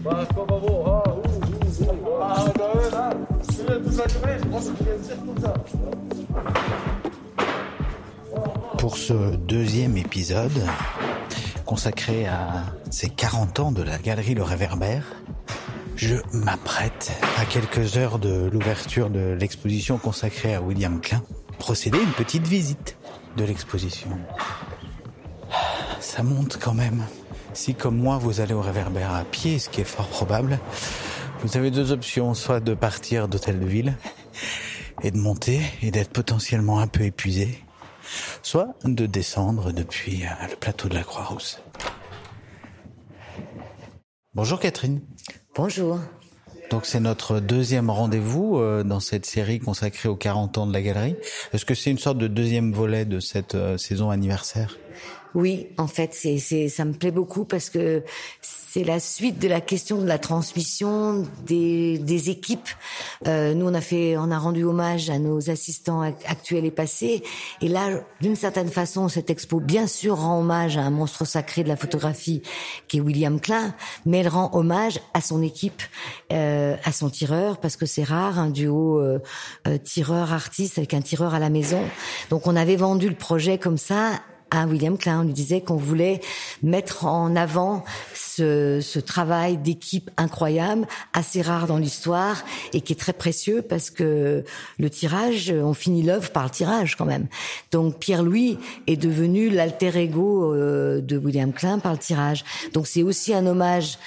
Pour ce deuxième épisode, consacré à ces 40 ans de la galerie Le Réverbère, je m'apprête, à quelques heures de l'ouverture de l'exposition consacrée à William Klein, procéder à une petite visite de l'exposition. Ça monte quand même. Si comme moi vous allez au Réverbère à pied, ce qui est fort probable, vous avez deux options, soit de partir d'Hôtel de Ville et de monter et d'être potentiellement un peu épuisé, soit de descendre depuis le plateau de la Croix-Rousse. Bonjour Catherine. Bonjour. Donc c'est notre deuxième rendez-vous dans cette série consacrée aux 40 ans de la galerie. Est-ce que c'est une sorte de deuxième volet de cette saison anniversaire ? Oui, en fait, ça me plaît beaucoup parce que c'est la suite de la question de la transmission des équipes. Nous, on a rendu hommage à nos assistants actuels et passés. Et là, d'une certaine façon, cette expo, bien sûr, rend hommage à un monstre sacré de la photographie qui est William Klein, mais elle rend hommage à son équipe, à son tireur, parce que c'est rare, un duo tireur-artiste avec un tireur à la maison. Donc, on avait vendu le projet comme ça à William Klein. On lui disait qu'on voulait mettre en avant ce travail d'équipe incroyable, assez rare dans l'histoire et qui est très précieux parce que le tirage, on finit l'œuvre par le tirage quand même. Donc Pierre-Louis est devenu l'alter ego de William Klein par le tirage. Donc c'est aussi un hommage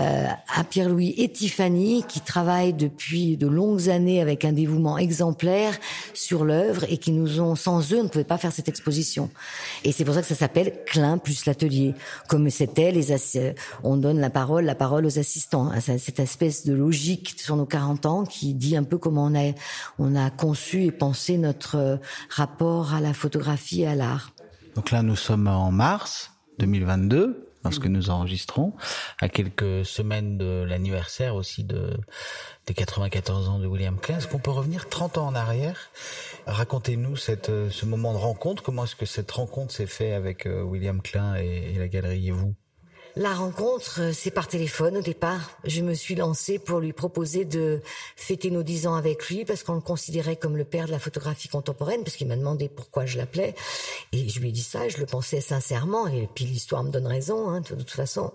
à Pierre-Louis et Tiffany qui travaillent depuis de longues années avec un dévouement exemplaire sur l'œuvre et qui nous ont, sans eux, on ne pouvait pas faire cette exposition. Et c'est pour ça que ça s'appelle Klein plus l'atelier. Comme c'était on donne la parole aux assistants. Cette espèce de logique sur nos 40 ans qui dit un peu comment on a conçu et pensé notre rapport à la photographie et à l'art. Donc là, nous sommes en mars 2022. Lorsque nous enregistrons, à quelques semaines de l'anniversaire aussi des 94 ans de William Klein. Est-ce qu'on peut revenir 30 ans en arrière ? Racontez-nous ce moment de rencontre. Comment est-ce que cette rencontre s'est faite avec William Klein et la galerie et vous ? La rencontre, c'est par téléphone au départ. Je me suis lancée pour lui proposer de fêter nos 10 ans avec lui parce qu'on le considérait comme le père de la photographie contemporaine, parce qu'il m'a demandé pourquoi je l'appelais. Et je lui ai dit ça, je le pensais sincèrement. Et puis l'histoire me donne raison, de toute façon.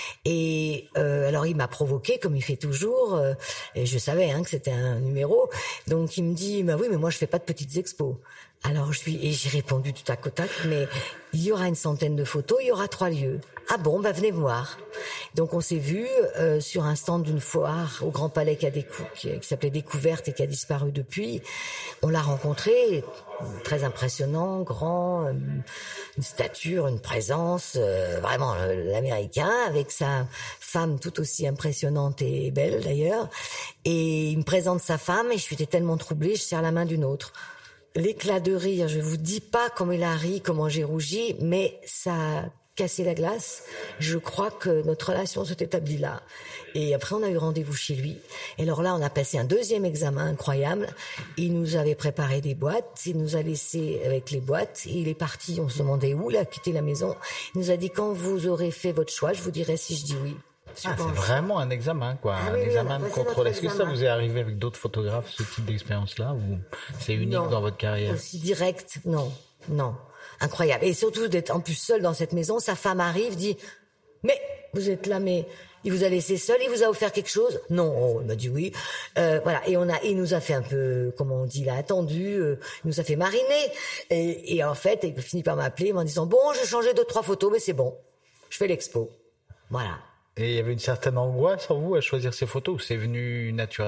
Et alors il m'a provoqué comme il fait toujours. Et je savais que c'était un numéro. Donc il me dit, bah oui, mais moi je fais pas de petites expos. Alors j'ai répondu tout à côte, mais il y aura une centaine de photos, il y aura 3 lieux. Ah bon, venez voir. Donc on s'est vu sur un stand d'une foire au Grand Palais qui s'appelait Découverte et qui a disparu depuis. On l'a rencontré, très impressionnant, grand, une stature, une présence, vraiment l'Américain, avec sa femme tout aussi impressionnante et belle d'ailleurs. Et il me présente sa femme et je suis tellement troublée, je serre la main d'une autre. L'éclat de rire, je vous dis pas comment il a ri, comment j'ai rougi, mais ça a cassé la glace. Je crois que notre relation s'est établie là. Et après, on a eu rendez-vous chez lui. Et alors là, on a passé un deuxième examen incroyable. Il nous avait préparé des boîtes. Il nous a laissé avec les boîtes. Et il est parti. On se demandait où, il a quitté la maison. Il nous a dit, quand vous aurez fait votre choix, je vous dirai si je dis oui. C'est vraiment un examen, quoi. Un examen de contrôle. Est-ce que ça vous est arrivé avec d'autres photographes, ce type d'expérience-là, ou c'est unique dans votre carrière ? Aussi direct, non. Incroyable. Et surtout d'être en plus seul dans cette maison. Sa femme arrive, dit, mais vous êtes là, mais il vous a laissé seul, il vous a offert quelque chose ? Non, il m'a dit oui. Voilà. Et il nous a fait un peu, comment on dit, il a attendu, il nous a fait mariner. Et en fait, il finit par m'appeler en disant, bon, je changeais 2-3 photos, mais c'est bon. Je fais l'expo. Voilà. Et il y avait une certaine angoisse en vous à choisir ces photos ou c'est venu naturellement ?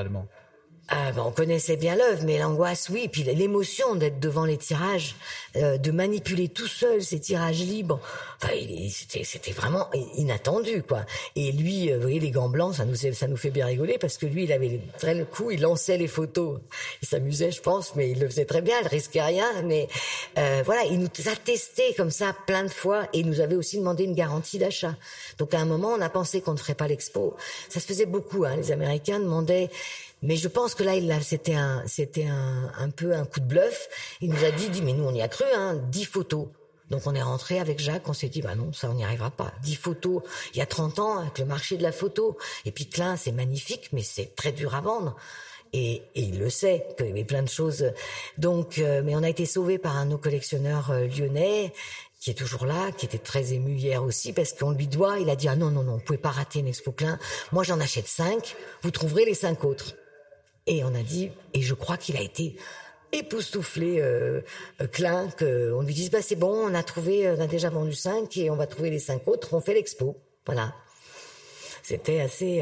On connaissait bien l'œuvre, mais l'angoisse, oui. Puis l'émotion d'être devant les tirages, de manipuler tout seul ces tirages libres. Enfin, c'était vraiment inattendu, quoi. Et lui, vous voyez, les gants blancs, ça nous fait bien rigoler parce que lui, il avait très le coup, il lançait les photos. Il s'amusait, je pense, mais il le faisait très bien, il risquait rien. Mais voilà, il nous a testé comme ça plein de fois et il nous avait aussi demandé une garantie d'achat. Donc à un moment, on a pensé qu'on ne ferait pas l'expo. Ça se faisait beaucoup, les Américains demandaient. Mais je pense que là, c'était un peu un coup de bluff. Il nous a dit, mais nous, on y a cru, 10 photos. Donc on est rentré avec Jacques, on s'est dit, bah non, ça on n'y arrivera pas. 10 photos, il y a 30 ans, avec le marché de la photo. Et puis Klein, c'est magnifique, mais c'est très dur à vendre. Et il le sait, qu'il y avait plein de choses. Donc, mais on a été sauvés par un de nos collectionneurs lyonnais, qui est toujours là, qui était très ému hier aussi, parce qu'on lui doit, il a dit, ah non, vous pouvez pas rater une expo Klein. Moi, j'en achète 5, vous trouverez les 5 autres. Et on a dit, et je crois qu'il a été époustouflé, Klein, qu'on lui dise, bah c'est bon, on a déjà vendu 5 et on va trouver les 5 autres, on fait l'expo. Voilà. C'était assez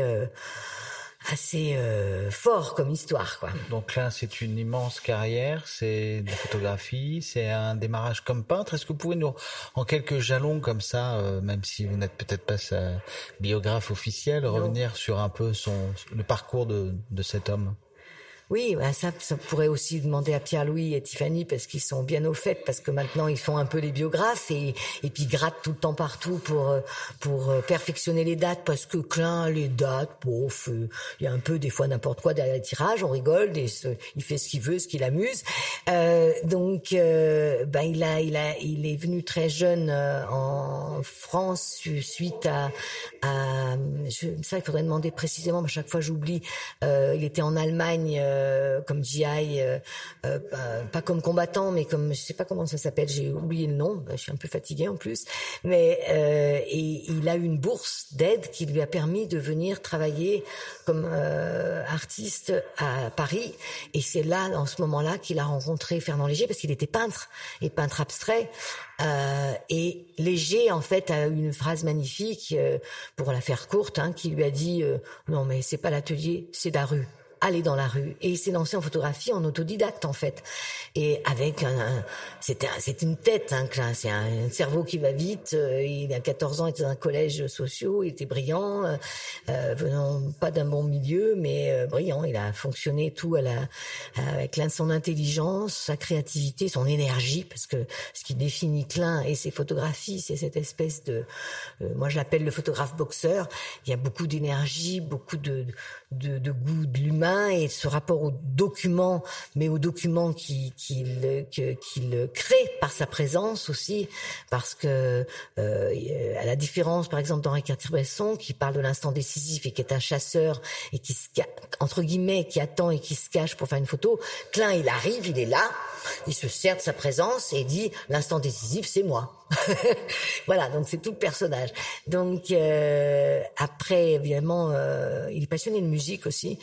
fort comme histoire, quoi. Donc là, c'est une immense carrière, c'est de la photographie, c'est un démarrage comme peintre. Est-ce que vous pouvez nous, en quelques jalons comme ça, même si vous n'êtes peut-être pas sa biographe officielle, revenir sur un peu le parcours de cet homme? Oui, bah ça pourrait aussi demander à Pierre-Louis et Tiffany parce qu'ils sont bien au fait, parce que maintenant ils font un peu les biographes et puis ils grattent tout le temps partout pour perfectionner les dates, parce que Klein, les dates, il y a un peu des fois n'importe quoi derrière les tirages, on rigole, il fait ce qu'il veut, ce qu'il amuse. Donc il est venu très jeune en France suite à ça il faudrait demander précisément, mais à chaque fois j'oublie. Il était en Allemagne comme GI, pas comme combattant, mais comme, je sais pas comment ça s'appelle, j'ai oublié le nom, je suis un peu fatiguée en plus, mais et il a eu une bourse d'aide qui lui a permis de venir travailler comme artiste à Paris, et c'est là, en ce moment-là, qu'il a rencontré Fernand Léger, parce qu'il était peintre, et peintre abstrait, et Léger, en fait, a eu une phrase magnifique, pour la faire courte, qui lui a dit non mais c'est pas l'atelier, c'est la rue. Aller dans la rue, et il s'est lancé en photographie en autodidacte en fait, et avec c'est une tête, c'est un cerveau qui va vite. Il a 14 ans, il était dans un collège social, il était brillant, venant pas d'un bon milieu, mais brillant. Il a fonctionné tout avec son intelligence, sa créativité, son énergie, parce que ce qui définit Klein et ses photographies, c'est cette espèce de, moi je l'appelle le photographe boxeur. Il y a beaucoup d'énergie, beaucoup de goût de l'humain, et ce rapport au document, mais au document qu'il crée par sa présence aussi, parce que à la différence par exemple d'Henri Cartier-Bresson, qui parle de l'instant décisif et qui est un chasseur et qui entre guillemets qui attend et qui se cache pour faire une photo, Klein il arrive, il est là, il se sert de sa présence et dit l'instant décisif c'est moi. Voilà, donc c'est tout le personnage. Donc après évidemment il est passionné de musique aussi.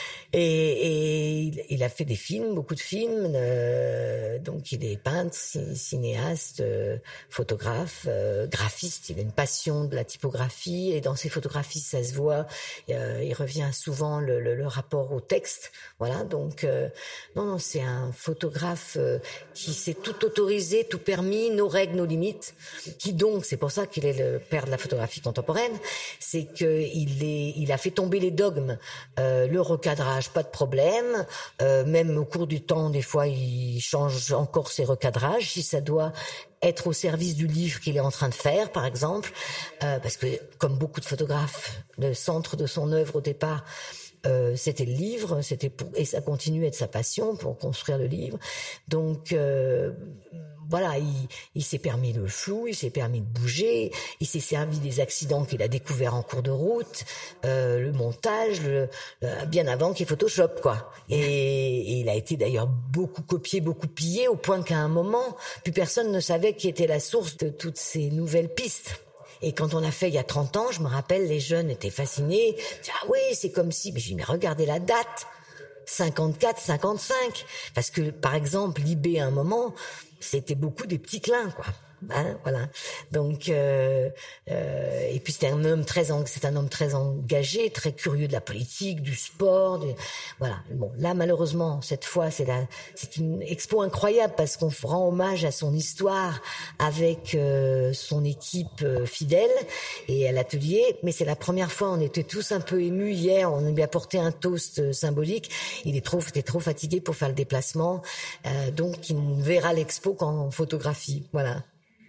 Et il a fait des films, beaucoup de films, donc il est peintre, cinéaste, photographe, graphiste. Il a une passion de la typographie, et dans ses photographies ça se voit. Il revient souvent le rapport au texte, voilà. Donc non, c'est un photographe qui s'est tout autorisé, tout permis, nos règles, nos limites. Qui donc, c'est pour ça qu'il est le père de la photographie contemporaine, c'est que il a fait tomber les dogmes, le recadrage. Pas de problème, même au cours du temps, des fois, il change encore ses recadrages, si ça doit être au service du livre qu'il est en train de faire, par exemple, parce que, comme beaucoup de photographes, le centre de son œuvre au départ, c'était le livre, et ça continue à être sa passion pour construire le livre. Donc, voilà, il s'est permis le flou, il s'est permis de bouger, il s'est servi des accidents qu'il a découverts en cours de route, le montage, bien avant qu'il y ait Photoshop, quoi. Et il a été d'ailleurs beaucoup copié, beaucoup pillé, au point qu'à un moment, plus personne ne savait qui était la source de toutes ces nouvelles pistes. Et quand on a fait il y a 30 ans, je me rappelle, les jeunes étaient fascinés. Ah oui, c'est comme si, mais je dis, mais regardez la date. 54, 55. Parce que, par exemple, Libé, à un moment, c'était beaucoup des petits Kleins, quoi. Voilà. Donc, et puis c'est un homme très engagé, très curieux de la politique, du sport, voilà. Bon, là, malheureusement, cette fois, c'est une expo incroyable parce qu'on rend hommage à son histoire avec son équipe fidèle et à l'atelier. Mais c'est la première fois, on était tous un peu émus hier. On lui a porté un toast symbolique. Il était trop fatigué pour faire le déplacement, donc il ne verra l'expo qu'en photographie. Voilà.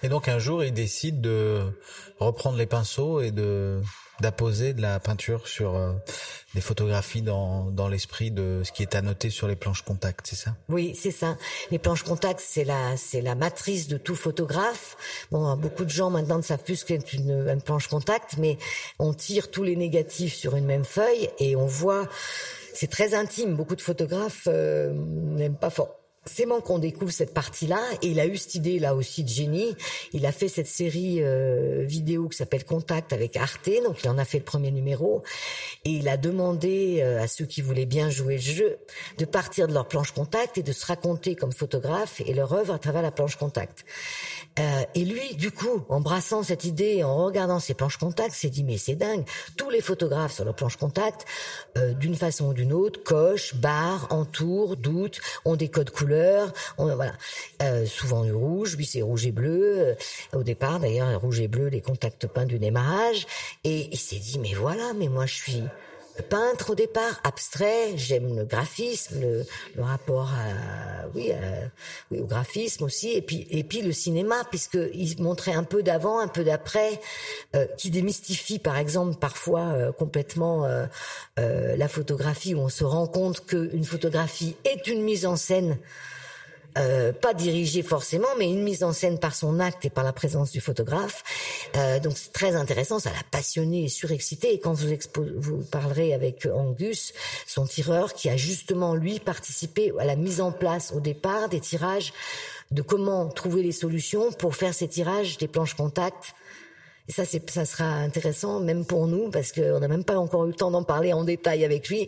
Et donc un jour, il décide de reprendre les pinceaux et d'apposer de la peinture sur des photographies dans l'esprit de ce qui est annoté sur les planches contact, c'est ça? Oui, c'est ça. Les planches contact, c'est la matrice de tout photographe. Bon, beaucoup de gens maintenant ne savent plus ce qu'est une planche contact, mais on tire tous les négatifs sur une même feuille et on voit, c'est très intime. Beaucoup de photographes n'aiment pas forcément qu'on découvre cette partie-là, et il a eu cette idée là aussi de génie. Il a fait cette série vidéo qui s'appelle Contact avec Arte, donc il en a fait le premier numéro, et il a demandé à ceux qui voulaient bien jouer le jeu de partir de leur planche contact et de se raconter comme photographe et leur œuvre à travers la planche contact. Et lui, du coup, en brassant cette idée, en regardant ses planches contact, s'est dit mais c'est dingue, tous les photographes sur leur planche contact, d'une façon ou d'une autre, cochent, barrent, entourent, doutent, ont des codes couleurs, voilà, souvent du rouge, lui c'est rouge et bleu, au départ d'ailleurs rouge et bleu, les contacts peints du démarrage, et il s'est dit mais voilà, mais moi je suis peintre au départ, abstrait, j'aime le graphisme, le rapport au graphisme aussi, et puis le cinéma, puisqu'il montrait un peu d'avant, un peu d'après, qui démystifie par exemple parfois complètement la photographie, où on se rend compte qu'une photographie est une mise en scène, pas dirigée forcément, mais une mise en scène par son acte et par la présence du photographe. Donc c'est très intéressant, ça l'a passionné et surexcité. Et quand vous parlerez avec Angus, son tireur, qui a justement lui participé à la mise en place au départ des tirages, de comment trouver les solutions pour faire ces tirages des planches contact. Et ça sera intéressant même pour nous, parce qu'on n'a même pas encore eu le temps d'en parler en détail avec lui,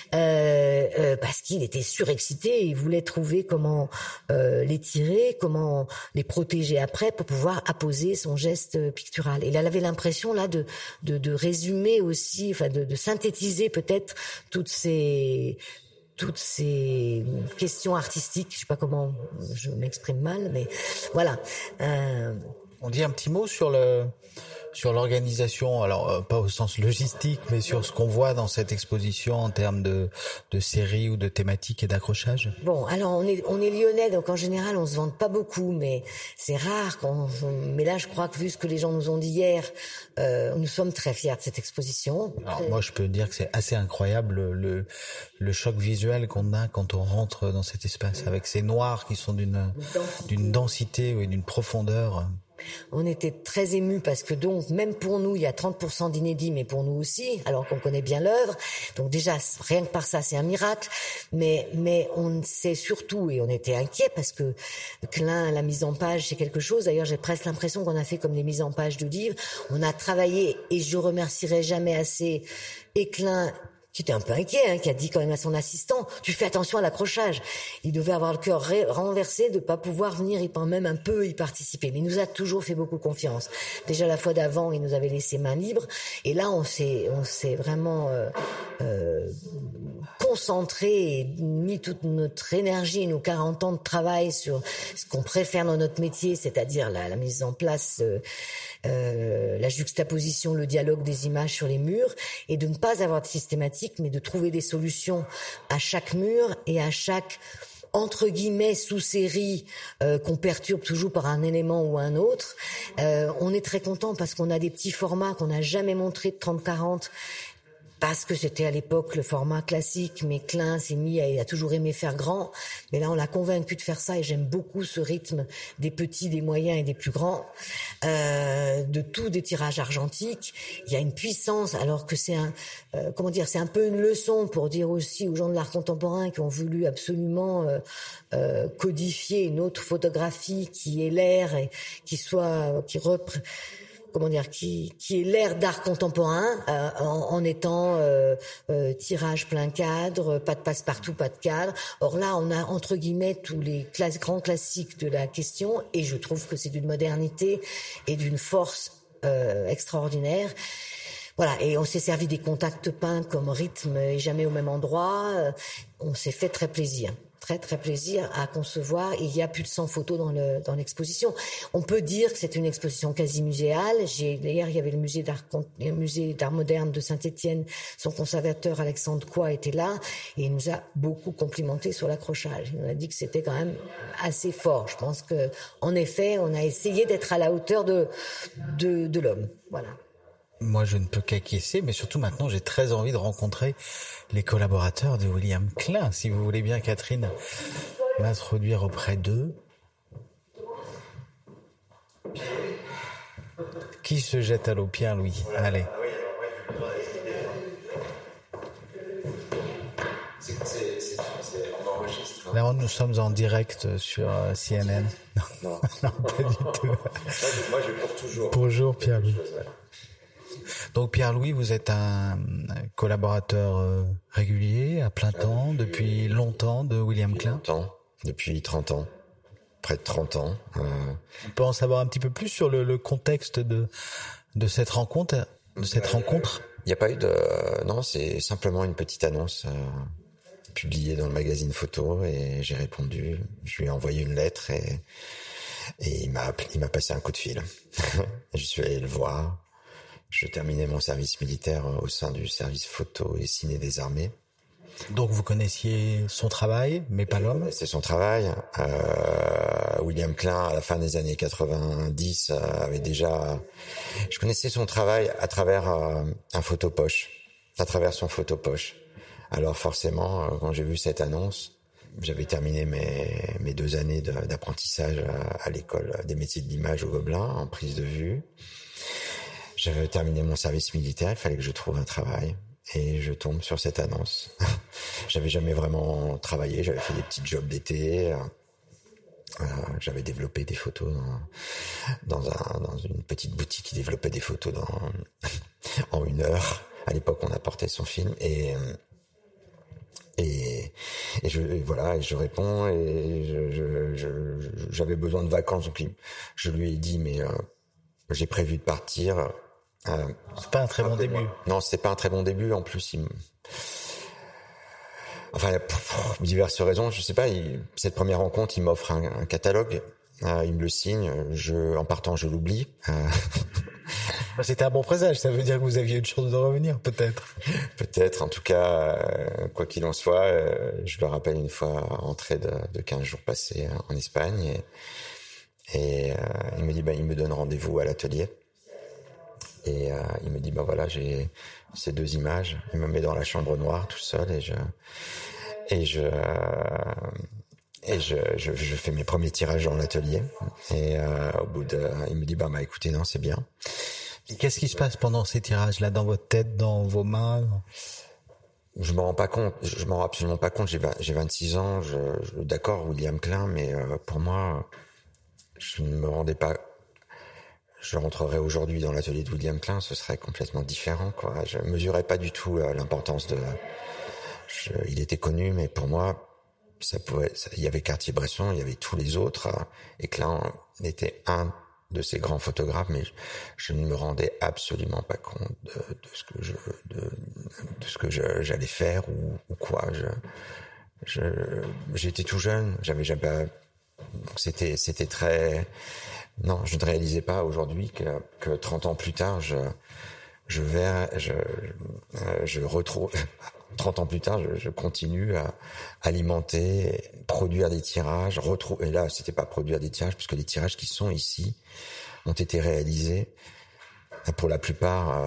parce qu'il était surexcité et il voulait trouver comment les tirer, comment les protéger après pour pouvoir apposer son geste pictural. Et il avait l'impression là de résumer aussi, enfin de synthétiser peut-être toutes ces questions artistiques. Je sais pas comment je m'exprime mal, mais voilà. On dit un petit mot sur l'organisation, alors pas au sens logistique, mais sur ce qu'on voit dans cette exposition en termes de séries ou de thématiques et d'accrochage. Bon, alors on est lyonnais, donc en général on se vante pas beaucoup, mais c'est rare mais là je crois que vu ce que les gens nous ont dit hier, nous sommes très fiers de cette exposition. Alors moi je peux dire que c'est assez incroyable le choc visuel qu'on a quand on rentre dans cet espace, avec ces noirs qui sont d'une densité et d'une profondeur. On était très émus parce que donc même pour nous il y a 30% d'inédits, mais pour nous aussi, alors qu'on connaît bien l'œuvre. Donc déjà rien que par ça c'est un miracle, mais on sait surtout, et on était inquiets parce que Klein, la mise en page c'est quelque chose. D'ailleurs j'ai presque l'impression qu'on a fait comme des mises en page de livres. On a travaillé, et je remercierai jamais assez Klein, qui était un peu inquiet, qui a dit quand même à son assistant, tu fais attention à l'accrochage. Il devait avoir le cœur renversé de pas pouvoir venir même un peu y participer. Mais il nous a toujours fait beaucoup confiance. Déjà la fois d'avant, il nous avait laissé main libre, et là on s'est vraiment concentré et mis toute notre énergie, nos 40 ans de travail sur ce qu'on préfère dans notre métier, c'est-à-dire la mise en place, la juxtaposition, le dialogue des images sur les murs, et de ne pas avoir de systématique, mais de trouver des solutions à chaque mur et à chaque entre guillemets sous-série qu'on perturbe toujours par un élément ou un autre. On est très content parce qu'on a des petits formats qu'on n'a jamais montrés de 30-40, parce que c'était à l'époque le format classique, mais Klein s'est mis a toujours aimé faire grand. Mais là, on l'a convaincu de faire ça, et j'aime beaucoup ce rythme des petits, des moyens et des plus grands, de tous des tirages argentiques. Il y a une puissance, alors que c'est c'est un peu une leçon pour dire aussi aux gens de l'art contemporain qui ont voulu absolument codifier une autre photographie qui est l'air et qui est l'ère d'art contemporain, en étant tirage plein cadre, pas de passe-partout, pas de cadre. Or là, on a entre guillemets tous les grands classiques de la question, et je trouve que c'est d'une modernité et d'une force extraordinaire. Voilà, et on s'est servi des contacts peints comme rythme et jamais au même endroit. On s'est fait très plaisir. très très plaisir à concevoir. Il y a plus de 100 photos dans l'exposition. On peut dire que c'est une exposition quasi muséale. D'ailleurs, il y avait le musée d'art moderne de Saint-Étienne. Son conservateur Alexandre Coy était là et il nous a beaucoup complimenté sur l'accrochage. Il nous a dit que c'était quand même assez fort. Je pense que, en effet, on a essayé d'être à la hauteur de l'homme. Voilà. Moi, je ne peux qu'acquiescer, mais surtout maintenant, j'ai très envie de rencontrer les collaborateurs de William Klein. Si vous voulez bien, Catherine, m'introduire auprès d'eux. Qui se jette à l'eau? Pierre-Louis. Allez. Là, nous sommes en direct sur CNN. Non, non, pas du tout. Moi, je cours toujours. Bonjour, Pierre-Louis. Donc Pierre-Louis, vous êtes un collaborateur régulier, à plein temps, depuis longtemps de William Klein. Depuis 30 ans, près de 30 ans. On peut en savoir un petit peu plus sur le contexte de cette rencontre, Il n'y a pas eu de... Non, c'est simplement une petite annonce publiée dans le magazine Photo et j'ai répondu. Je lui ai envoyé une lettre et il m'a passé un coup de fil. Je suis allé le voir. Je terminais mon service militaire au sein du service photo et ciné des armées. Donc vous connaissiez son travail, mais pas l'homme? C'est son travail. William Klein, à la fin des années 90, avait déjà... Je connaissais son travail à travers un photopoche, à travers son photopoche. Alors forcément, quand j'ai vu cette annonce, j'avais terminé mes 2 années d'apprentissage à l'école des métiers de l'image au Gobelin, en prise de vue. J'avais terminé mon service militaire, il fallait que je trouve un travail. Et je tombe sur cette annonce. J'avais jamais vraiment travaillé, j'avais fait des petits jobs d'été. J'avais développé des photos dans une petite boutique qui développait des photos en 1 heure. À l'époque, on apportait son film et je réponds et j'avais besoin de vacances, donc je lui ai dit mais j'ai prévu de partir. C'est pas un très bon début. Non, c'est pas un très bon début. En plus, pour diverses raisons, je sais pas. Cette première rencontre, il m'offre un catalogue. Il me le signe. En partant, je l'oublie. C'était un bon présage. Ça veut dire que vous aviez une chance de revenir, peut-être. Peut-être. En tout cas, quoi qu'il en soit, je le rappelle une fois rentré de 15 jours passés en Espagne. Et il me dit, il me donne rendez-vous à l'atelier. Et il me dit, voilà, j'ai ces 2 images. Il me met dans la chambre noire tout seul et je fais mes premiers tirages dans l'atelier. Et au bout il me dit, écoutez, non, c'est bien. Et qu'est-ce qui se passe pendant ces tirages-là, dans votre tête, dans vos mains? Je m'en rends pas compte. Je m'en rends absolument pas compte. J'ai 26 ans. D'accord, William Klein, mais pour moi, je ne me rendais pas. Je rentrerais aujourd'hui dans l'atelier de William Klein, ce serait complètement différent, quoi. Je mesurais pas du tout l'importance il était connu, mais pour moi, il y avait Cartier-Bresson, il y avait tous les autres, et Klein était un de ces grands photographes, mais je ne me rendais absolument pas compte de ce que j'allais faire ou quoi. J'étais tout jeune, j'avais jamais, donc c'était très. Non, je ne réalisais pas aujourd'hui que 30 ans plus tard, je retrouve, 30 ans plus tard, je continue à alimenter, produire des tirages, et là, c'était pas produire des tirages, puisque les tirages qui sont ici ont été réalisés, pour la plupart,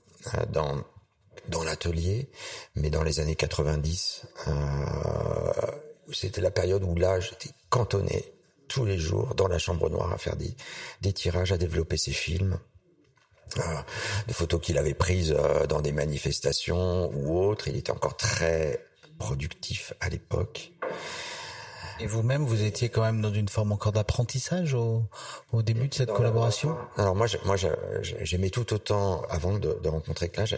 dans l'atelier, mais dans les années 90, c'était la période où là, j'étais cantonné tous les jours dans la chambre noire à faire des tirages, à développer ses films, des photos qu'il avait prises dans des manifestations ou autres. Il était encore très productif à l'époque. Et vous-même, vous étiez quand même dans une forme encore d'apprentissage au début de cette collaboration? Alors moi, j'aimais tout autant, avant de rencontrer Klein,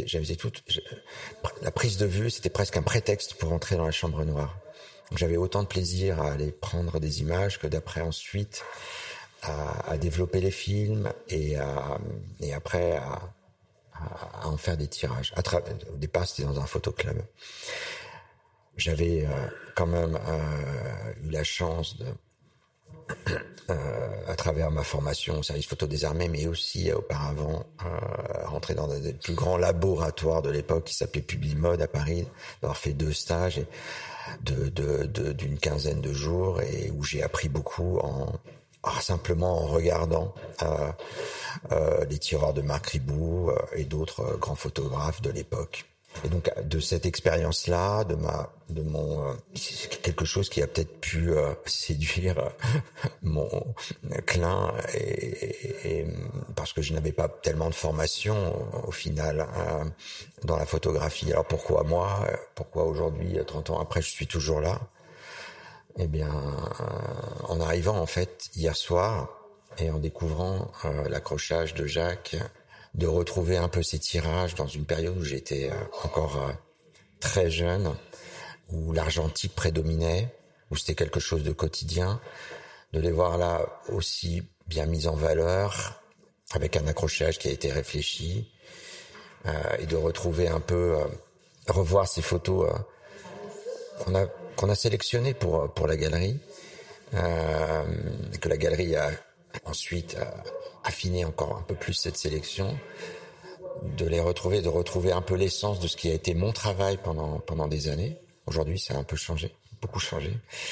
la prise de vue, c'était presque un prétexte pour entrer dans la chambre noire. J'avais autant de plaisir à aller prendre des images que d'après ensuite à développer les films et après à en faire des tirages. Au départ, c'était dans un photoclub. j'avais quand même eu la chance de, à travers ma formation au service photo des armées, mais aussi auparavant rentrer dans des plus grands laboratoires de l'époque qui s'appelait Publimode à Paris, d'avoir fait 2 stages et d'une quinzaine de jours, et où j'ai appris beaucoup simplement en regardant les tireurs de Marc Ribot et d'autres grands photographes de l'époque. Et donc de cette expérience-là, de mon quelque chose qui a peut-être pu séduire mon clin, et parce que je n'avais pas tellement de formation au final dans la photographie. Alors pourquoi moi? Pourquoi aujourd'hui, 30 ans après, je suis toujours là? Eh bien, en arrivant en fait hier soir et en découvrant l'accrochage de Jacques, de retrouver un peu ces tirages dans une période où j'étais encore très jeune, où l'argentique prédominait, où c'était quelque chose de quotidien, de les voir là aussi bien mis en valeur, avec un accrochage qui a été réfléchi, et de retrouver un peu, revoir ces photos qu'on a sélectionnées pour la galerie, que la galerie a ensuite affiner encore un peu plus cette sélection, de retrouver un peu l'essence de ce qui a été mon travail pendant des années. Aujourd'hui, ça a un peu changé, beaucoup changé.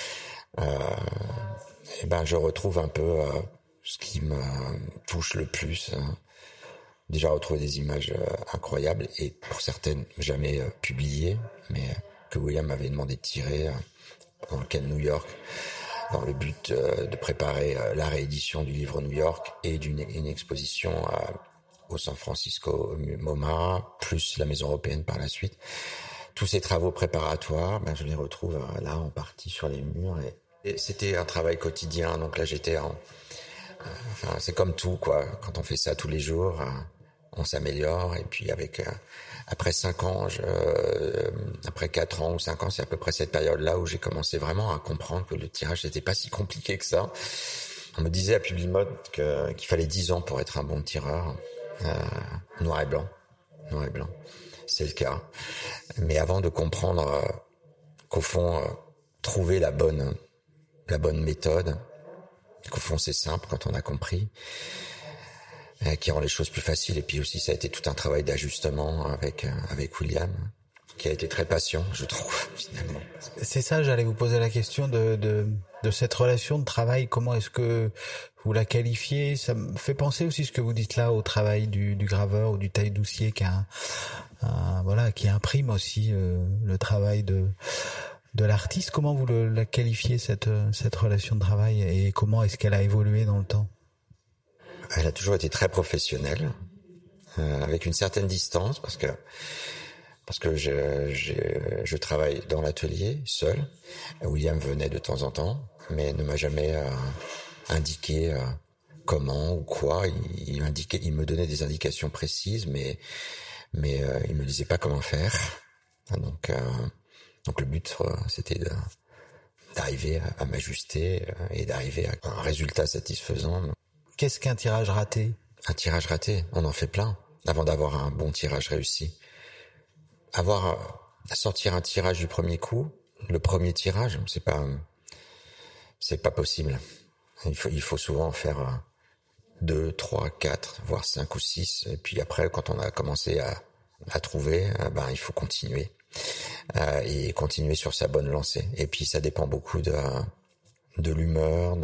Et ben, je retrouve un peu ce qui me touche le plus. Déjà retrouver des images incroyables, et pour certaines jamais publiées, mais que William m'avait demandé de tirer dans le cas de New York, dans le but de préparer la réédition du livre New York et une exposition au San Francisco MoMA, plus la Maison Européenne par la suite. Tous ces travaux préparatoires, ben, je les retrouve là en partie sur les murs, et c'était un travail quotidien. Donc là, j'étais enfin, c'est comme tout, quoi. Quand on fait ça tous les jours, on s'améliore. Et puis après 5 ans, après 4 ans ou 5 ans, c'est à peu près cette période-là où j'ai commencé vraiment à comprendre que le tirage n'était pas si compliqué que ça. On me disait à Publimode qu'il fallait 10 ans pour être un bon tireur, noir et blanc. C'est le cas. Mais avant de comprendre qu'au fond, trouver la bonne méthode, qu'au fond c'est simple quand on a compris, qui rend les choses plus faciles. Et puis aussi, ça a été tout un travail d'ajustement avec William, qui a été très patient, je trouve, finalement. C'est ça, j'allais vous poser la question de cette relation de travail. Comment est-ce que vous la qualifiez? Ça me fait penser aussi, ce que vous dites là, au travail du graveur ou du taille-doucier qui imprime aussi le travail de l'artiste. Comment vous la qualifiez, cette relation de travail, et comment est-ce qu'elle a évolué dans le temps? Elle a toujours été très professionnelle, avec une certaine distance, parce que je travaille dans l'atelier seul. William venait de temps en temps, mais ne m'a jamais indiqué comment ou quoi. Il me donnait des indications précises, mais il me disait pas comment faire. Donc le but, c'était d'arriver à m'ajuster et d'arriver à un résultat satisfaisant. Qu'est-ce qu'un tirage raté? Un tirage raté, on en fait plein avant d'avoir un bon tirage réussi. Sortir un tirage du premier coup, le premier tirage, c'est pas possible. Il faut souvent faire 2, 3, 4, voire 5 ou 6. Et puis après, quand on a commencé à trouver, il faut continuer. Et continuer sur sa bonne lancée. Et puis ça dépend beaucoup de l'humeur,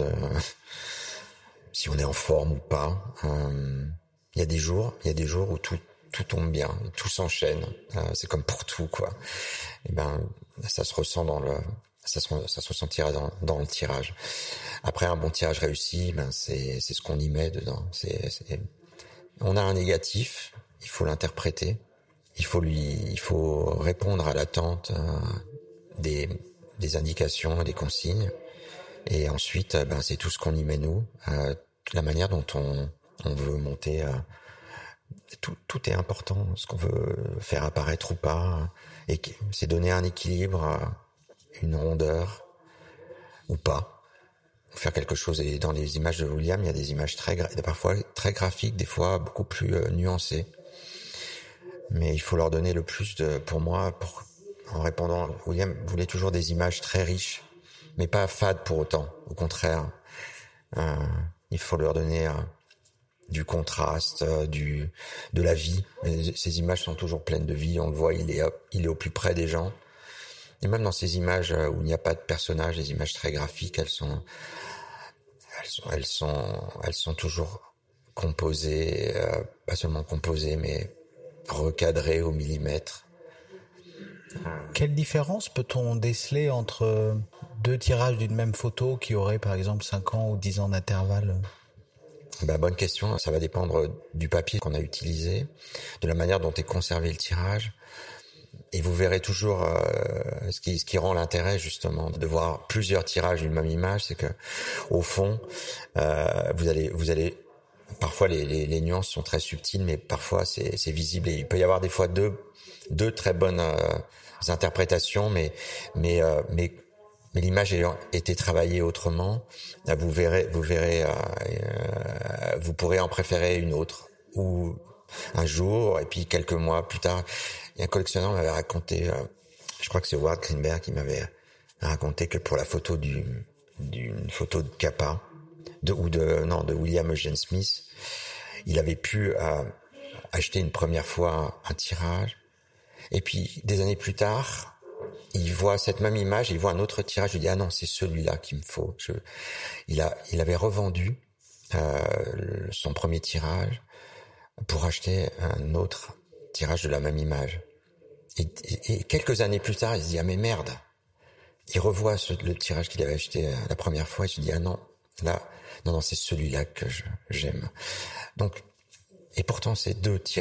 si on est en forme ou pas. Il y a des jours où tout tombe bien, tout s'enchaîne. C'est comme pour tout, quoi. Et ça se ressent ça se ressentira dans le tirage. Après un bon tirage réussi, c'est ce qu'on y met dedans. On a un négatif, il faut l'interpréter. Il faut répondre à l'attente des indications, des consignes. Et ensuite, c'est tout ce qu'on y met nous, la manière dont on veut monter. Tout est important, ce qu'on veut faire apparaître ou pas. Et c'est donner un équilibre, une rondeur ou pas. Faire quelque chose. Et dans les images de William, il y a des images parfois très graphiques, des fois beaucoup plus nuancées. Mais il faut leur donner le plus pour en répondant, William voulait toujours des images très riches, mais pas fades pour autant. Au contraire, il faut leur donner du contraste, de la vie. Ces images sont toujours pleines de vie. On le voit, il est au plus près des gens. Et même dans ces images où il n'y a pas de personnages, des images très graphiques, elles sont toujours composées, pas seulement composées, mais recadrées au millimètre. Quelle différence peut-on déceler entre deux tirages d'une même photo qui auraient par exemple 5 ans ou 10 ans d'intervalle? Bonne question. Ça va dépendre du papier qu'on a utilisé, de la manière dont est conservé le tirage. Et vous verrez toujours ce qui rend l'intérêt justement de voir plusieurs tirages d'une même image, c'est que au fond, vous allez parfois les nuances sont très subtiles, mais parfois c'est visible. Et il peut y avoir des fois deux très bonnes interprétations, mais l'image ayant été travaillée autrement, vous verrez, vous pourrez en préférer une autre ou un jour, et puis quelques mois plus tard, il y a un collectionneur m'avait raconté, je crois que c'est Howard Greenberg qui m'avait raconté que pour la photo d'une photo de Capa, de William Eugene Smith, il avait pu acheter une première fois un tirage, et puis des années plus tard, il voit cette même image, il voit un autre tirage, il dit ah non, c'est celui-là qu'il me faut. Il avait revendu son premier tirage pour acheter un autre tirage de la même image. Et quelques années plus tard, il se dit ah mais merde. Il revoit le tirage qu'il avait acheté la première fois, il se dit ah non, non, c'est celui-là que j'aime. Donc, et pourtant c'est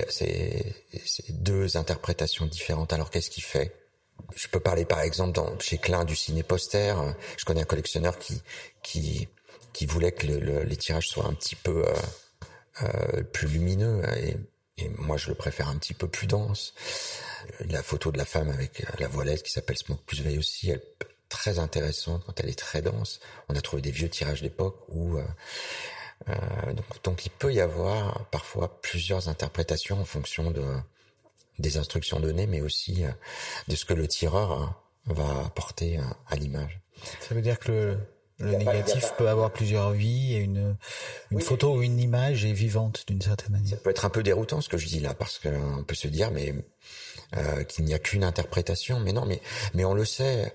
deux interprétations différentes. Alors qu'est-ce qu'il fait? Je peux parler par exemple chez Klein du ciné-poster. Je connais un collectionneur qui voulait que les tirages soient un petit peu plus lumineux, et moi je le préfère un petit peu plus dense. La photo de la femme avec la voilette qui s'appelle Smoke Plus Veille aussi, elle est très intéressante quand elle est très dense. On a trouvé des vieux tirages d'époque où donc il peut y avoir parfois plusieurs interprétations en fonction des instructions données, mais aussi de ce que le tireur va apporter à l'image. Ça veut dire que le négatif peut avoir plusieurs vies, et une photo ou une image est vivante d'une certaine manière. Ça peut être un peu déroutant ce que je dis là, parce qu'on peut se dire qu'il n'y a qu'une interprétation, mais non, mais on le sait.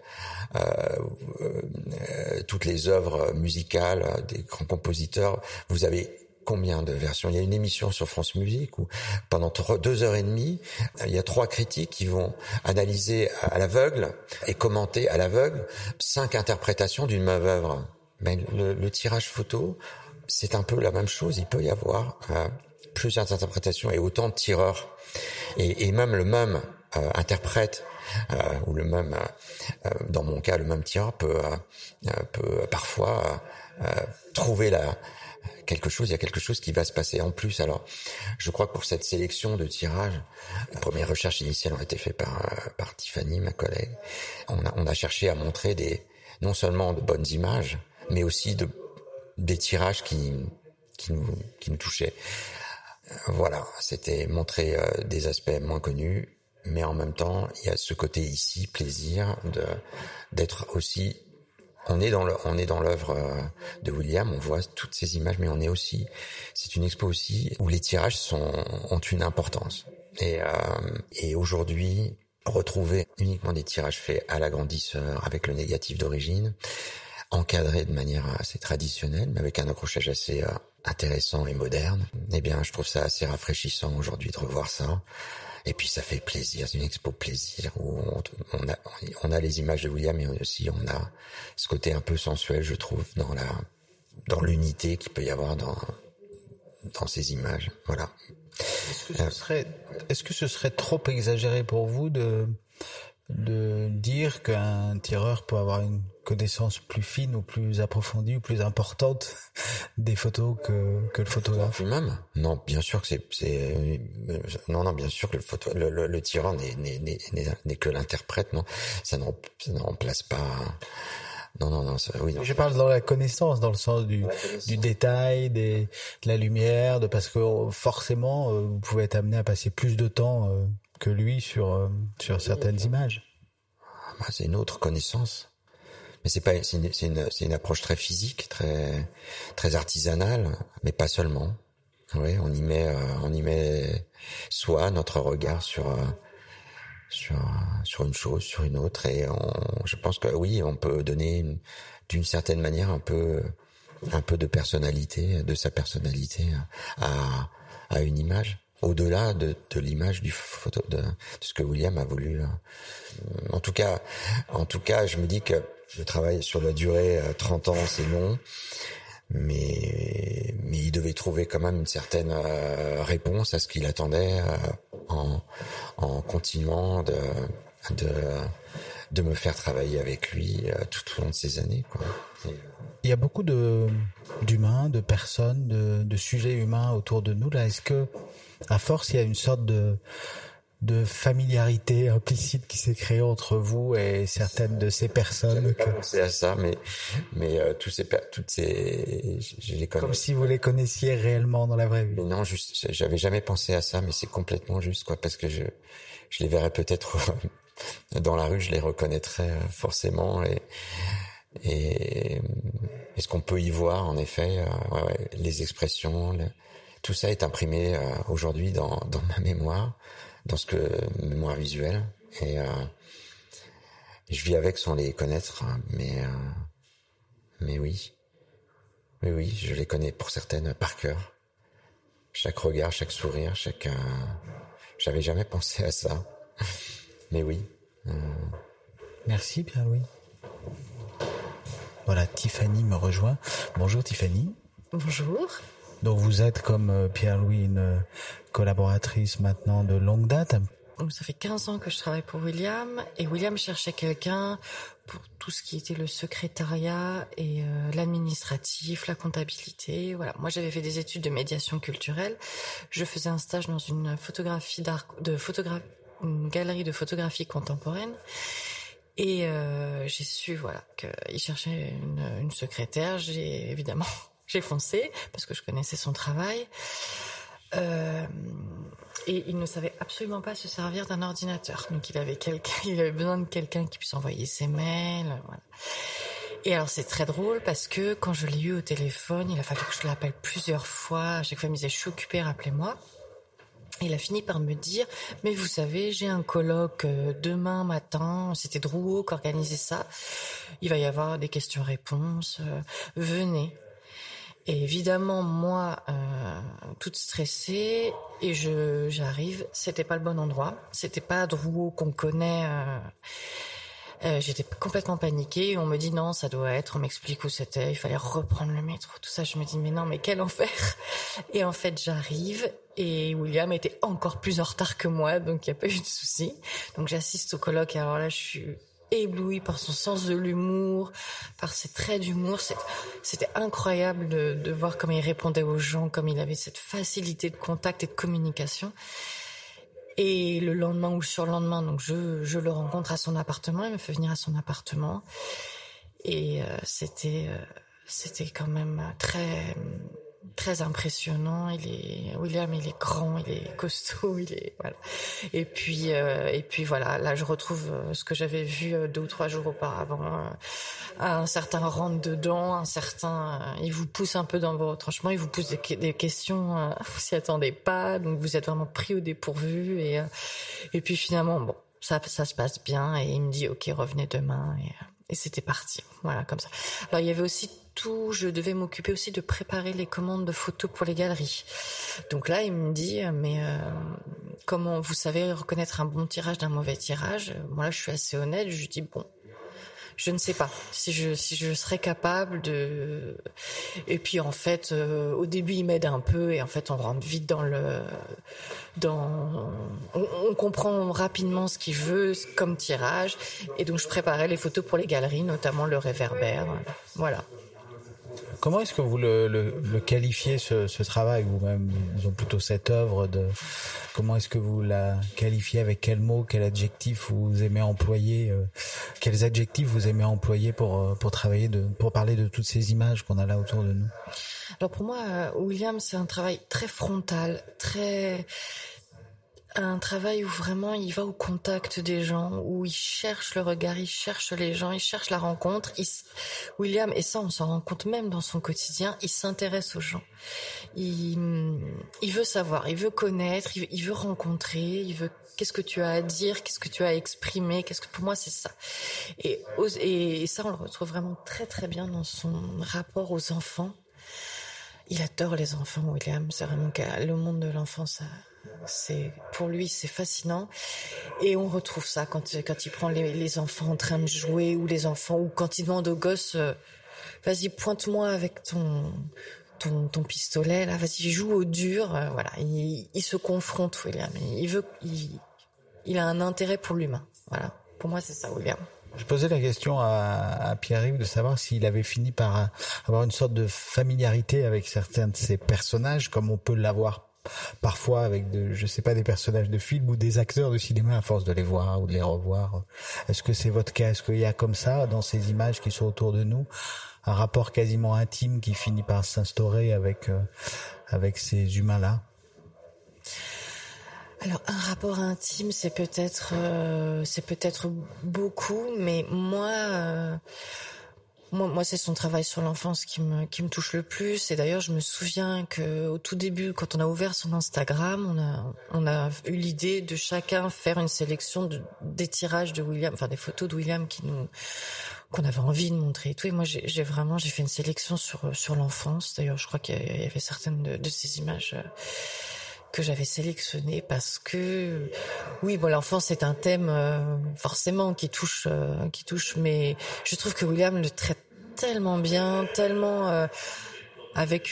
Toutes les œuvres musicales des grands compositeurs, vous avez combien de versions? Il y a une émission sur France Musique où pendant 2h30, il y a 3 critiques qui vont analyser à l'aveugle et commenter à l'aveugle 5 interprétations d'une même œuvre. Mais le tirage photo, c'est un peu la même chose. Il peut y avoir plusieurs interprétations et autant de tireurs. Et même le même interprète ou le même, dans mon cas, le même tireur peut parfois trouver quelque chose, il y a quelque chose qui va se passer en plus. Alors, je crois que pour cette sélection de tirages, les premières recherches initiales ont été faites par Tiffany, ma collègue. On a cherché à montrer non seulement de bonnes images, mais aussi des tirages qui nous touchaient. Voilà, c'était montrer des aspects moins connus, mais en même temps, il y a ce côté ici, plaisir d'être aussi. On est dans l'œuvre de William, on voit toutes ces images, mais c'est une expo aussi où les tirages ont une importance. Et aujourd'hui, retrouver uniquement des tirages faits à l'agrandisseur, avec le négatif d'origine, encadré de manière assez traditionnelle, mais avec un accrochage assez intéressant et moderne, eh bien, je trouve ça assez rafraîchissant aujourd'hui de revoir ça. Et puis ça fait plaisir, c'est une expo plaisir où on a les images de William, mais aussi on a ce côté un peu sensuel, je trouve, dans l'unité qu'il peut y avoir dans ces images. Voilà. Est-ce que ce serait trop exagéré pour vous de dire qu'un tireur peut avoir une connaissance plus fine ou plus approfondie ou plus importante des photos que le photographe? Lui-même? Non, bien sûr que non, bien sûr que le tireur n'est que l'interprète, non. Ça ne remplace pas. Non, oui. Non. Je parle dans la connaissance, dans le sens du détail, de la lumière, parce que forcément, vous pouvez être amené à passer plus de temps que lui sur certaines images. c'est une autre connaissance. Mais c'est une approche très physique, très artisanale, mais pas seulement. Oui, on y met soi, notre regard sur une chose, sur une autre, et je pense que oui, on peut donner d'une certaine manière un peu de personnalité, de sa personnalité à une image, au-delà de l'image de ce que William a voulu. En tout cas, je me dis que le travail sur la durée, 30 ans, c'est long, mais il devait trouver quand même une certaine réponse à ce qu'il attendait en continuant de me faire travailler avec lui tout au long de ces années, quoi. Il y a beaucoup d'humains, de personnes, de sujets humains autour de nous. Là, est-ce que, à force, il y a une sorte de familiarité implicite qui s'est créée entre vous et certaines de ces personnes? J'avais pas pensé à ça, mais toutes ces, je les connais. Comme si vous les connaissiez réellement dans la vraie vie. Mais non, j'avais jamais pensé à ça, mais c'est complètement juste, quoi, parce que je les verrais peut-être dans la rue, je les reconnaîtrais forcément, et ce qu'on peut y voir, en effet, les expressions, tout ça est imprimé aujourd'hui dans ma mémoire, dans mémoire visuelle, et je vis avec sans les connaître, mais oui, je les connais pour certaines par cœur. Chaque regard, chaque sourire, j'avais jamais pensé à ça, mais oui. Merci Pierre-Louis. Voilà, Tiffany me rejoint. Bonjour Tiffany. Bonjour. Donc vous êtes comme Pierre-Louis une collaboratrice maintenant de longue date. Donc ça fait 15 ans que je travaille pour William, et William cherchait quelqu'un pour tout ce qui était le secrétariat et l'administratif, la comptabilité. Voilà. Moi j'avais fait des études de médiation culturelle. Je faisais un stage dans une une galerie de photographie contemporaine. Et j'ai su qu'il cherchait une secrétaire. J'ai foncé parce que je connaissais son travail. Et il ne savait absolument pas se servir d'un ordinateur. Donc il avait besoin de quelqu'un qui puisse envoyer ses mails. Voilà. Et alors c'est très drôle parce que quand je l'ai eu au téléphone, il a fallu que je l'appelle plusieurs fois. À chaque fois il me disait je suis occupé, rappelez-moi. Il a fini par me dire, mais vous savez, j'ai un colloque demain matin, c'était Drouot qui organisait ça, il va y avoir des questions-réponses, venez. Et évidemment, moi, toute stressée, et j'arrive, c'était pas le bon endroit, c'était pas Drouot qu'on connaît, j'étais complètement paniquée, on me dit non, ça doit être, on m'explique où c'était, il fallait reprendre le métro, tout ça, je me dis mais non, mais quel enfer. Et en fait, j'arrive, et William était encore plus en retard que moi, donc il n'y a pas eu de souci. Donc j'assiste au colloque, et alors là, je suis éblouie par son sens de l'humour, par ses traits d'humour. C'était incroyable de voir comment il répondait aux gens, comme il avait cette facilité de contact et de communication. Et le lendemain ou le surlendemain, donc je le rencontre à son appartement, il me fait venir à son appartement. Et c'était quand même très très impressionnant. William, il est grand, il est costaud, voilà. Et puis voilà, là je retrouve ce que j'avais vu 2 ou 3 jours auparavant. Un certain rentre dedans, il vous pousse un peu dans vos retranchements, il vous pousse des questions, vous s'y attendez pas, donc vous êtes vraiment pris au dépourvu, et puis finalement, bon, ça se passe bien, et il me dit ok, revenez demain, et c'était parti, voilà, comme ça. Alors il y avait aussi je devais m'occuper aussi de préparer les commandes de photos pour les galeries. Donc là, il me dit, mais comment vous savez reconnaître un bon tirage d'un mauvais tirage? Moi là, je suis assez honnête, je lui dis bon, je ne sais pas si je serais capable de. Et puis en fait, au début, il m'aide un peu, et en fait, on rentre vite on comprend rapidement ce qu'il veut comme tirage, et donc je préparais les photos pour les galeries, notamment le réverbère. Voilà. Comment est-ce que vous le qualifiez, ce travail, vous-même, disons plutôt cette œuvre comment est-ce que vous la qualifiez, avec quels mots, quels adjectifs vous aimez employer, quels adjectifs vous aimez employer pour parler de toutes ces images qu'on a là autour de nous? Alors pour moi, William, c'est un travail très frontal, très un travail où vraiment il va au contact des gens, où il cherche le regard, il cherche les gens, il cherche la rencontre. William, et ça on s'en rend compte même dans son quotidien, il s'intéresse aux gens. Il veut savoir, il veut connaître, il veut rencontrer, il veut qu'est-ce que tu as à dire, qu'est-ce que tu as à exprimer, pour moi c'est ça. Et ça on le retrouve vraiment très très bien dans son rapport aux enfants. Il adore les enfants, William. C'est vraiment le monde de l'enfance, pour lui, c'est fascinant. Et on retrouve ça quand il prend les enfants en train de jouer, ou les enfants, ou quand il demande aux gosses, vas-y, pointe-moi avec ton pistolet, là, vas-y, joue au dur. Voilà, il se confronte, William. Il a un intérêt pour l'humain. Voilà, pour moi, c'est ça, William. Je posais la question à Pierre-Yves de savoir s'il avait fini par avoir une sorte de familiarité avec certains de ses personnages, comme on peut l'avoir parfois avec des personnages de films ou des acteurs de cinéma à force de les voir ou de les revoir. Est-ce que c'est votre cas? Est-ce qu'il y a comme ça, dans ces images qui sont autour de nous, un rapport quasiment intime qui finit par s'instaurer avec ces humains-là? Alors un rapport intime, c'est peut-être beaucoup, mais moi c'est son travail sur l'enfance qui me touche le plus. Et d'ailleurs je me souviens que au tout début, quand on a ouvert son Instagram, on a eu l'idée de chacun faire une sélection des tirages de William, enfin des photos de William qu'on avait envie de montrer et tout. Et moi j'ai fait une sélection sur l'enfance. D'ailleurs je crois qu'il y avait certaines de ces images que j'avais sélectionné parce que oui, bon, l'enfance c'est un thème forcément qui touche, mais je trouve que William le traite tellement bien, tellement avec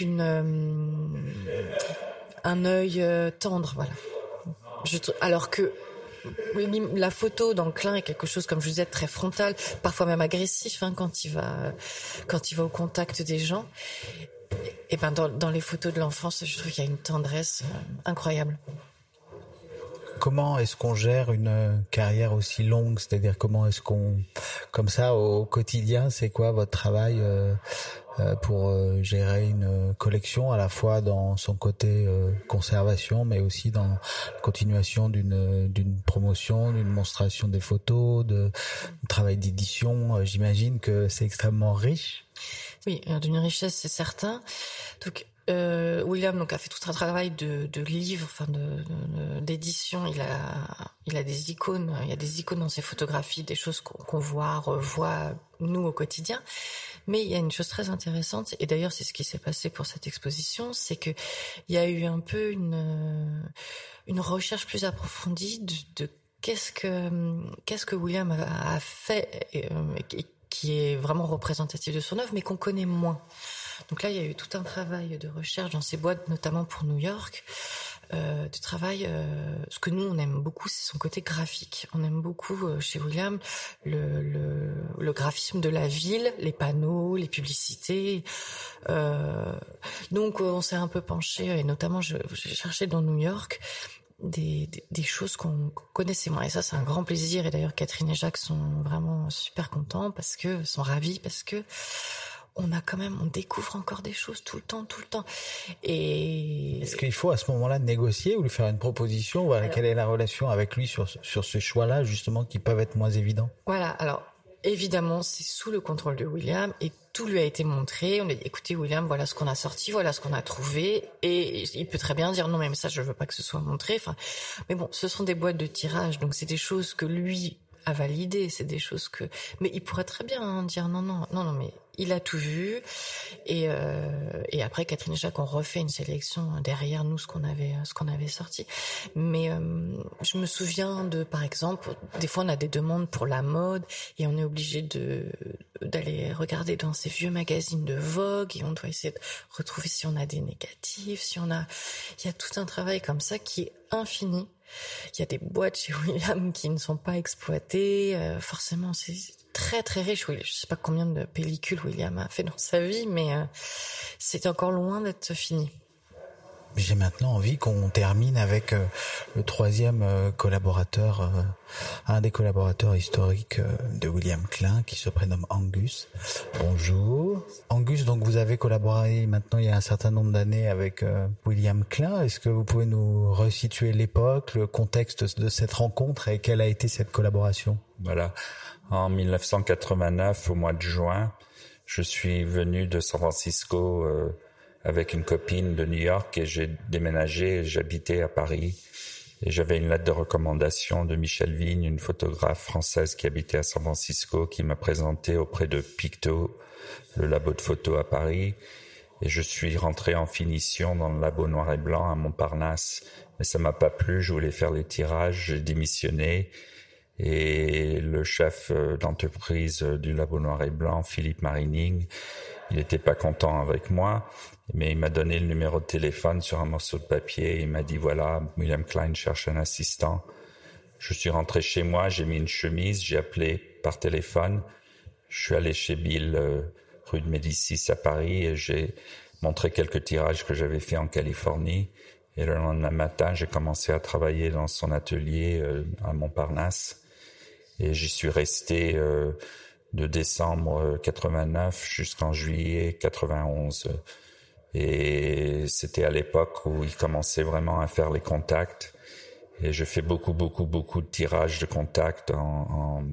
un œil tendre, voilà. Alors que la photo d'Enclin est quelque chose, comme je vous disais, très frontal, parfois même agressif, quand il va au contact des gens. Et ben dans les photos de l'enfance, je trouve qu'il y a une tendresse incroyable. Comment est-ce qu'on gère une carrière aussi longue? C'est-à-dire comment est-ce comme ça, au quotidien, c'est quoi votre travail pour gérer une collection, à la fois dans son côté conservation, mais aussi dans la continuation d'une promotion, d'une monstration des photos, de travail d'édition? J'imagine que c'est extrêmement riche. Oui, d'une richesse, c'est certain. Donc William a fait tout un travail de livres, d'édition. Il a des icônes, il y a des icônes dans ses photographies, des choses qu'on revoit nous au quotidien. Mais il y a une chose très intéressante, et d'ailleurs c'est ce qui s'est passé pour cette exposition, c'est que il y a eu un peu une recherche plus approfondie de qu'est-ce que William a fait qui est vraiment représentatif de son œuvre, mais qu'on connaît moins. Donc là, il y a eu tout un travail de recherche dans ces boîtes, notamment pour New York, de travail. Ce que nous, on aime beaucoup, c'est son côté graphique. On aime beaucoup chez William le graphisme de la ville, les panneaux, les publicités. Donc, on s'est un peu penché, et notamment, j'ai cherché dans New York des choses qu'on connaissait moins. Et ça, c'est un grand plaisir. Et d'ailleurs, Catherine et Jacques sont vraiment super contents sont ravis parce que on découvre encore des choses tout le temps. Et est-ce qu'il faut à ce moment-là négocier ou lui faire une proposition? Voilà, quelle est la relation avec lui sur ce choix-là, justement, qui peuvent être moins évidents? Voilà. Alors, évidemment, c'est sous le contrôle de William et tout lui a été montré. On a dit, écoutez, William, voilà ce qu'on a sorti, voilà ce qu'on a trouvé. Et il peut très bien dire, non, mais ça, je veux pas que ce soit montré. Mais bon, ce sont des boîtes de tirage, donc c'est des choses que lui a validées, c'est des choses mais il pourrait très bien dire non, mais il a tout vu. Et après, Catherine et Jacques ont refait une sélection derrière nous, ce qu'on avait sorti. Mais je me souviens par exemple, des fois on a des demandes pour la mode et on est obligé d'aller regarder dans ces vieux magazines de Vogue et on doit essayer de retrouver si on a des négatifs, il y a tout un travail comme ça qui est infini. Il y a des boîtes chez William qui ne sont pas exploitées. Forcément, c'est très très riche. Je sais pas combien de pellicules William a fait dans sa vie, mais c'est encore loin d'être fini. J'ai maintenant envie qu'on termine avec le troisième collaborateur, un des collaborateurs historiques de William Klein, qui se prénomme Angus. Bonjour. Angus, donc vous avez collaboré maintenant il y a un certain nombre d'années avec William Klein. Est-ce que vous pouvez nous resituer l'époque, le contexte de cette rencontre et quelle a été cette collaboration? Voilà. En 1989, au mois de juin, je suis venu de San Francisco avec une copine de New York et j'ai déménagé, j'habitais à Paris. Et j'avais une lettre de recommandation de Michel Vigne, une photographe française qui habitait à San Francisco, qui m'a présenté auprès de Picto, le labo de photo à Paris. Et je suis rentré en finition dans le labo noir et blanc à Montparnasse. Mais ça m'a pas plu, je voulais faire les tirages, j'ai démissionné. Et le chef d'entreprise du labo noir et blanc, Philippe Marining, il n'était pas content avec moi, mais il m'a donné le numéro de téléphone sur un morceau de papier. Il m'a dit, voilà, William Klein cherche un assistant. Je suis rentré chez moi, j'ai mis une chemise, j'ai appelé par téléphone. Je suis allé chez Bill, rue de Médicis à Paris, et j'ai montré quelques tirages que j'avais fait en Californie. Et le lendemain matin, j'ai commencé à travailler dans son atelier à Montparnasse. Et j'y suis resté de décembre 89 jusqu'en juillet 91. Et c'était à l'époque où il commençait vraiment à faire les contacts. Et je fais beaucoup de tirages de contacts en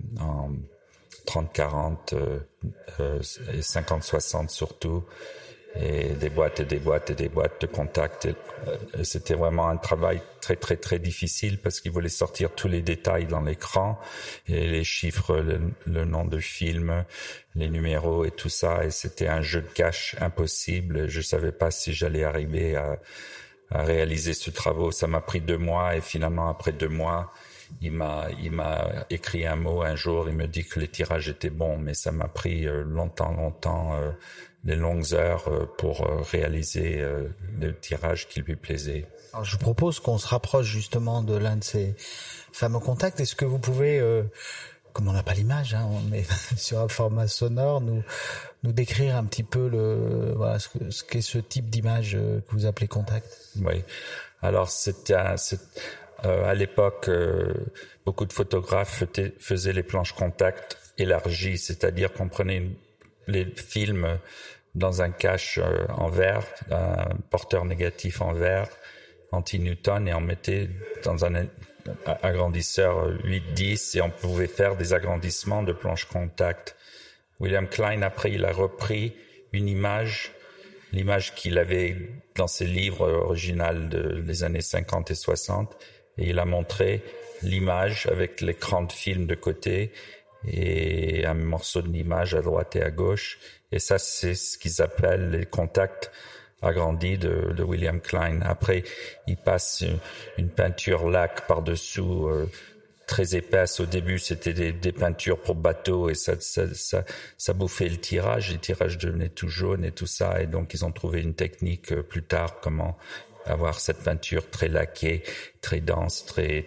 30-40 et 50-60 surtout. Et des boîtes de contacts. Et c'était vraiment un travail très difficile parce qu'il voulait sortir tous les détails dans l'écran et les chiffres, le nom de film, les numéros et tout ça. Et c'était un jeu de cache impossible. Je savais pas si j'allais arriver à réaliser ce travail. Ça m'a pris 2 mois et finalement après 2 mois, il m'a écrit un mot un jour. Il me dit que les tirages étaient bons, mais ça m'a pris longtemps. Les longues heures pour réaliser le tirage qui lui plaisait. Alors, je vous propose qu'on se rapproche justement de l'un de ces fameux contacts. Est-ce que vous pouvez, comme on n'a pas l'image, on est sur un format sonore, nous décrire un petit peu ce qu'est ce type d'image que vous appelez contact? Oui. Alors à l'époque, beaucoup de photographes faisaient les planches contact élargies, c'est-à-dire qu'on prenait les films dans un cache en verre, un porteur négatif en verre, anti-Newton, et on mettait dans un agrandisseur 8-10 et on pouvait faire des agrandissements de planches contact. William Klein, après, il a repris une image, l'image qu'il avait dans ses livres originaux des années 50 et 60, et il a montré l'image avec l'écran de film de côté et un morceau de l'image à droite et à gauche. Et ça, c'est ce qu'ils appellent les contacts agrandis de William Klein. Après, il passe une peinture laque par-dessous, très épaisse. Au début, c'était des peintures pour bateaux et ça bouffait le tirage. Les tirages devenaient tout jaunes et tout ça. Et donc, ils ont trouvé une technique plus tard, comment avoir cette peinture très laquée, très dense, très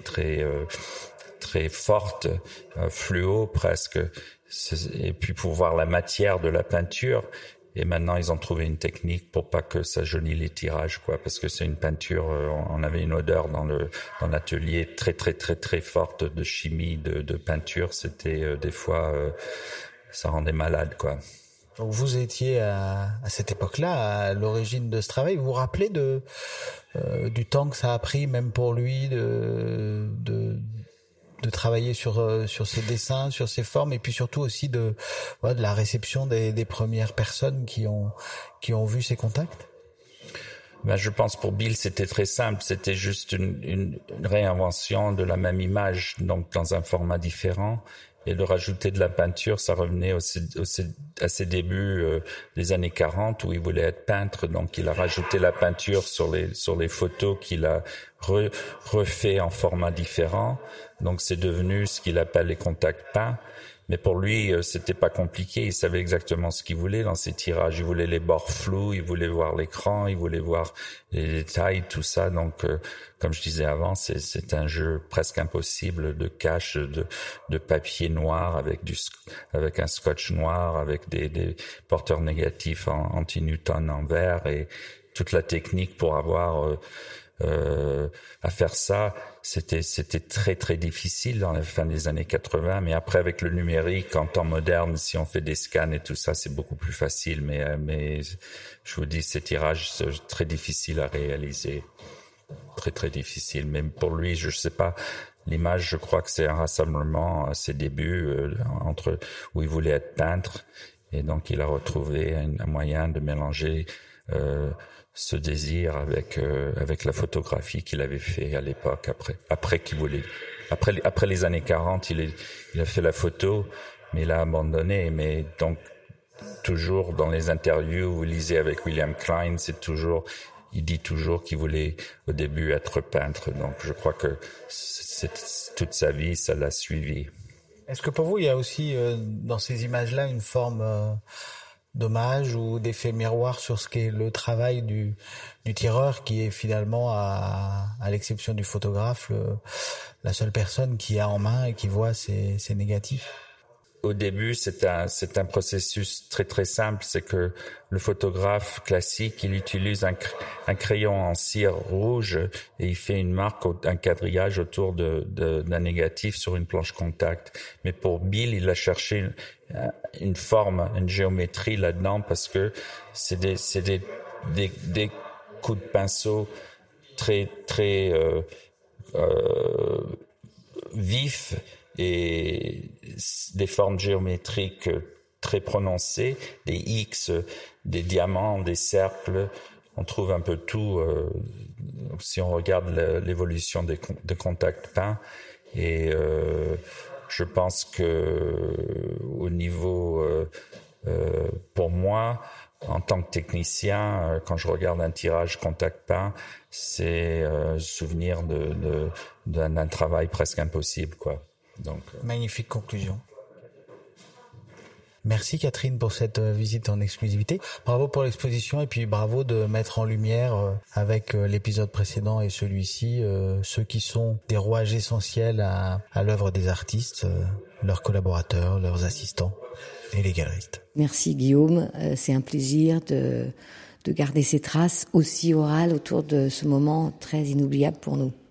forte, fluo presque, et puis pour voir la matière de la peinture. Et maintenant, ils ont trouvé une technique pour pas que ça jaunisse les tirages, parce que c'est une peinture, on avait une odeur dans l'atelier très forte de chimie, de peinture. C'était des fois, ça rendait malade, Donc vous étiez à cette époque-là à l'origine de ce travail. Vous vous rappelez du temps que ça a pris, même pour lui, de travailler sur ces dessins, sur ces formes, et puis surtout aussi de la réception des premières personnes qui ont vu ces contacts? Je pense pour Bill, c'était très simple. C'était juste une réinvention de la même image, donc dans un format différent. Et de rajouter de la peinture, ça revenait à ses débuts des années 40 où il voulait être peintre. Donc il a rajouté la peinture sur les photos qu'il a refait en format différent. Donc c'est devenu ce qu'il appelle les contacts peints. Mais pour lui, c'était pas compliqué. Il savait exactement ce qu'il voulait dans ses tirages. Il voulait les bords flous, il voulait voir l'écran, il voulait voir les détails, tout ça. Donc, comme je disais avant, c'est un jeu presque impossible de cache, de papier noir avec un scotch noir, avec des porteurs négatifs anti-Newton en verre et toute la technique pour avoir à faire ça. C'était très très difficile dans la fin des années 80, mais après avec le numérique en temps moderne, si on fait des scans et tout ça, c'est beaucoup plus facile. Mais je vous dis, ces tirages c'est très difficile à réaliser, très très difficile. Même pour lui, je sais pas. L'image, je crois que c'est un rassemblement à ses débuts entre où il voulait être peintre et donc il a retrouvé un moyen de mélanger ce désir avec la photographie qu'il avait fait à l'époque après les années 40 il a fait la photo mais il a abandonné. Mais donc toujours dans les interviews vous lisez avec William Klein, il dit toujours qu'il voulait au début être peintre. Donc je crois que toute sa vie ça l'a suivi. Est-ce que pour vous il y a aussi dans ces images-là une forme d'hommage ou d'effet miroir sur ce qu'est le travail du tireur, qui est finalement, à l'exception du photographe, la seule personne qui a en main et qui voit ces négatifs? Au début, c'est un processus très très simple. C'est que le photographe classique, il utilise un crayon en cire rouge et il fait une marque, un quadrillage autour d'un négatif sur une planche contact. Mais pour Bill, il a cherché une forme, une géométrie là-dedans parce que c'est des coups de pinceau très très vifs et des formes géométriques très prononcées, des X, des diamants, des cercles. On trouve un peu tout si on regarde l'évolution des contacts peints. Et je pense que au niveau, pour moi, en tant que technicien, quand je regarde un tirage contact peint, c'est souvenir d'un travail presque impossible, quoi. Donc, magnifique conclusion. Merci Catherine pour cette visite en exclusivité. Bravo pour l'exposition et puis bravo de mettre en lumière avec l'épisode précédent et celui-ci ceux qui sont des rouages essentiels à l'œuvre des artistes, leurs collaborateurs, leurs assistants et les galeristes. Merci Guillaume, c'est un plaisir de garder ces traces aussi orales autour de ce moment très inoubliable pour nous.